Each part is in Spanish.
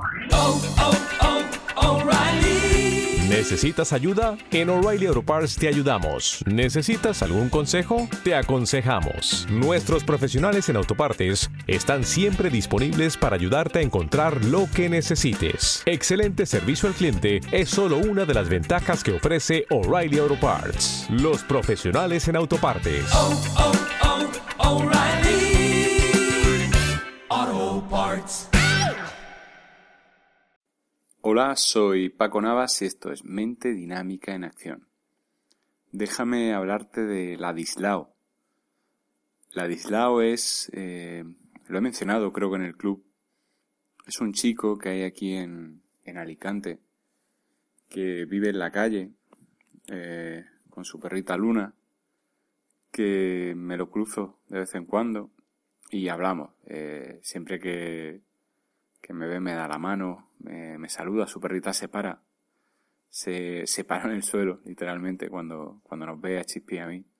O'Reilly. ¿Necesitas ayuda? En O'Reilly Auto Parts te ayudamos. ¿Necesitas algún consejo? Te aconsejamos. Nuestros profesionales en autopartes están siempre disponibles para ayudarte a encontrar lo que necesites. Excelente servicio al cliente es solo una de las ventajas que ofrece O'Reilly Auto Parts. Los profesionales en autopartes. O'Reilly Auto Parts. Hola, soy Paco Navas y esto es Mente Dinámica en Acción. Déjame hablarte de Ladislao. Ladislao es, lo he mencionado creo que en el club, es un chico que hay aquí en Alicante, que vive en la calle con su perrita Luna, que me lo cruzo de vez en cuando y hablamos. Siempre que me ve me da la mano, me saluda, su perrita se para en el suelo, literalmente, cuando nos ve a Chispi y a mí.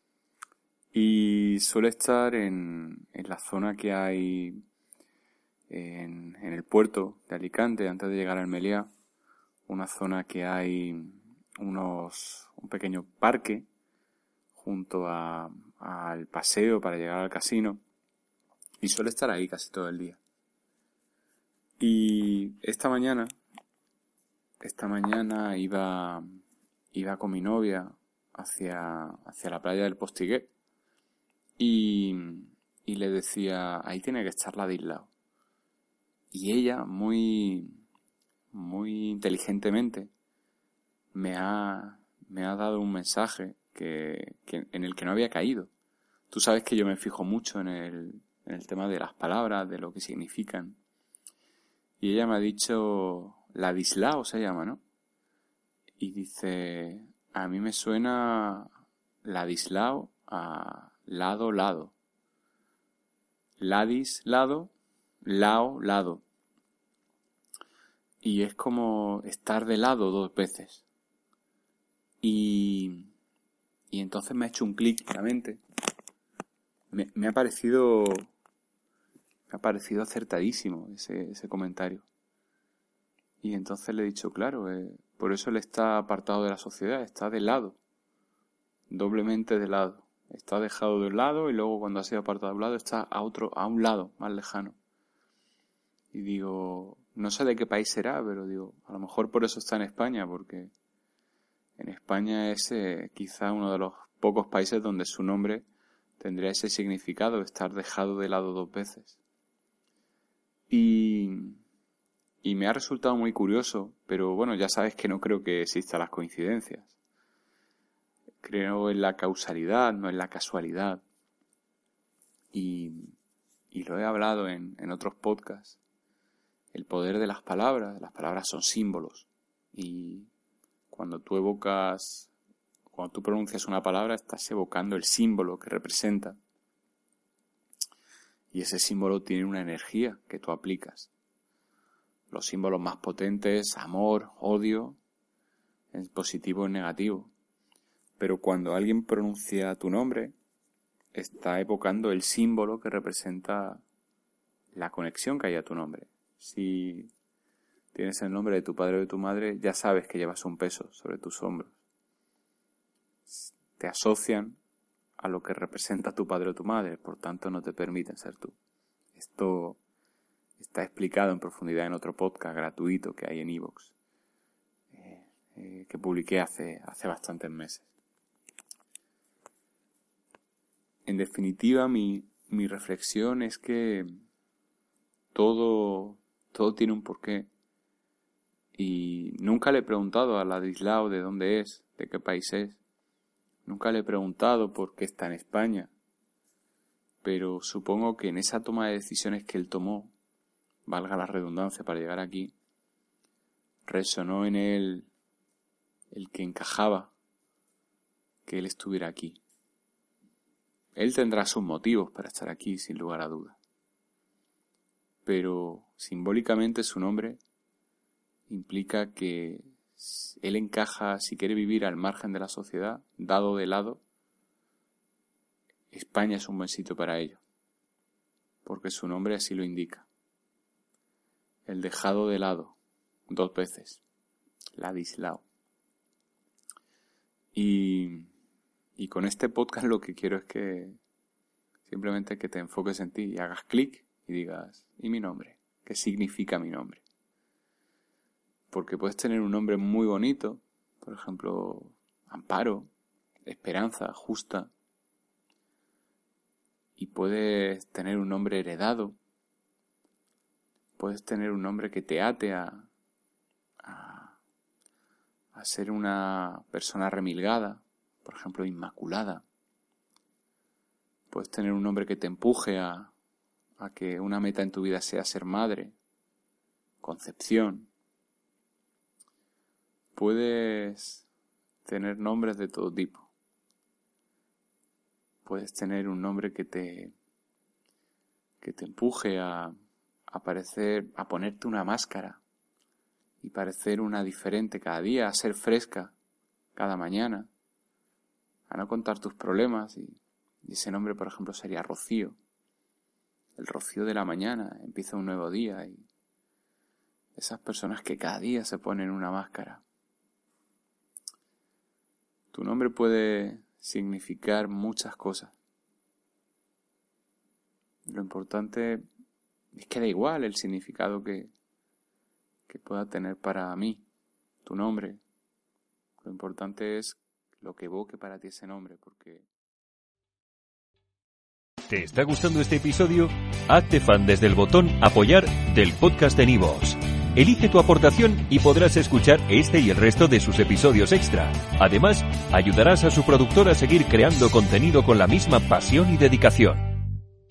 Y suele estar en la zona que hay en el puerto de Alicante, antes de llegar a Almería, una zona que hay un pequeño parque junto al paseo para llegar al casino, y suele estar ahí casi todo el día. Y esta mañana iba con mi novia hacia la playa del Postiguet y le decía, ahí tiene que estar Ladislao. Y ella, muy inteligentemente, me ha dado un mensaje en el que no había caído. Tú sabes que yo me fijo mucho en el tema de las palabras, de lo que significan. Y ella me ha dicho, Ladislao se llama, ¿no? Y dice, a mí me suena Ladislao a lado. Ladis, lado, lao, lado. Y es como estar de lado dos veces. Y entonces me ha hecho un clic en la mente. Me ha parecido acertadísimo ese comentario. Y entonces le he dicho, claro, por eso él está apartado de la sociedad, está de lado, doblemente de lado. Está dejado de un lado y luego cuando ha sido apartado de un lado está a un lado más lejano. Y digo, no sé de qué país será, pero digo, a lo mejor por eso está en España, porque en España es quizá uno de los pocos países donde su nombre tendría ese significado, estar dejado de lado dos veces. Y me ha resultado muy curioso, pero bueno, ya sabes que no creo que existan las coincidencias. Creo en la causalidad, no en la casualidad. Y lo he hablado en otros podcasts. El poder de las palabras son símbolos. Y cuando tú pronuncias una palabra, estás evocando el símbolo que representa. Y ese símbolo tiene una energía que tú aplicas. Los símbolos más potentes, amor, odio, en positivo o en negativo. Pero cuando alguien pronuncia tu nombre, está evocando el símbolo que representa la conexión que hay a tu nombre. Si tienes el nombre de tu padre o de tu madre, ya sabes que llevas un peso sobre tus hombros. Te asocian a lo que representa tu padre o tu madre, por tanto no te permiten ser tú. Esto está explicado en profundidad en otro podcast gratuito que hay en iVoox, que publiqué hace bastantes meses. En definitiva, mi reflexión es que todo tiene un porqué. Y nunca le he preguntado a Ladislao de dónde es, de qué país es. Nunca le he preguntado por qué está en España. Pero supongo que en esa toma de decisiones que él tomó, valga la redundancia para llegar aquí, resonó en él el que encajaba que él estuviera aquí. Él tendrá sus motivos para estar aquí, sin lugar a duda. Pero simbólicamente su nombre implica que él encaja, si quiere vivir al margen de la sociedad, dado de lado, España es un buen sitio para ello, porque su nombre así lo indica. el dejado de lado 2 veces. Ladislao. Y con este podcast lo que quiero es que simplemente que te enfoques en ti y hagas clic y digas, ¿y mi nombre? ¿Qué significa mi nombre? Porque puedes tener un nombre muy bonito, por ejemplo, Amparo, Esperanza, Justa, y puedes tener un nombre heredado, puedes tener un nombre que te ate a ser una persona remilgada, por ejemplo, Inmaculada. Puedes tener un nombre que te empuje a que una meta en tu vida sea ser madre, Concepción. Puedes tener nombres de todo tipo. Puedes tener un nombre que te empuje a ponerte una máscara y parecer una diferente cada día, a ser fresca cada mañana, a no contar tus problemas. Y ese nombre, por ejemplo, sería Rocío. El Rocío de la mañana, empieza un nuevo día. Y esas personas que cada día se ponen una máscara. Tu nombre puede significar muchas cosas. Lo importante es que da igual el significado que pueda tener para mí tu nombre. Lo importante es lo que evoque para ti ese nombre, porque... ¿Te está gustando este episodio? Hazte fan desde el botón Apoyar del podcast de Nivos. Elige tu aportación y podrás escuchar este y el resto de sus episodios extra. Además, ayudarás a su productor a seguir creando contenido con la misma pasión y dedicación.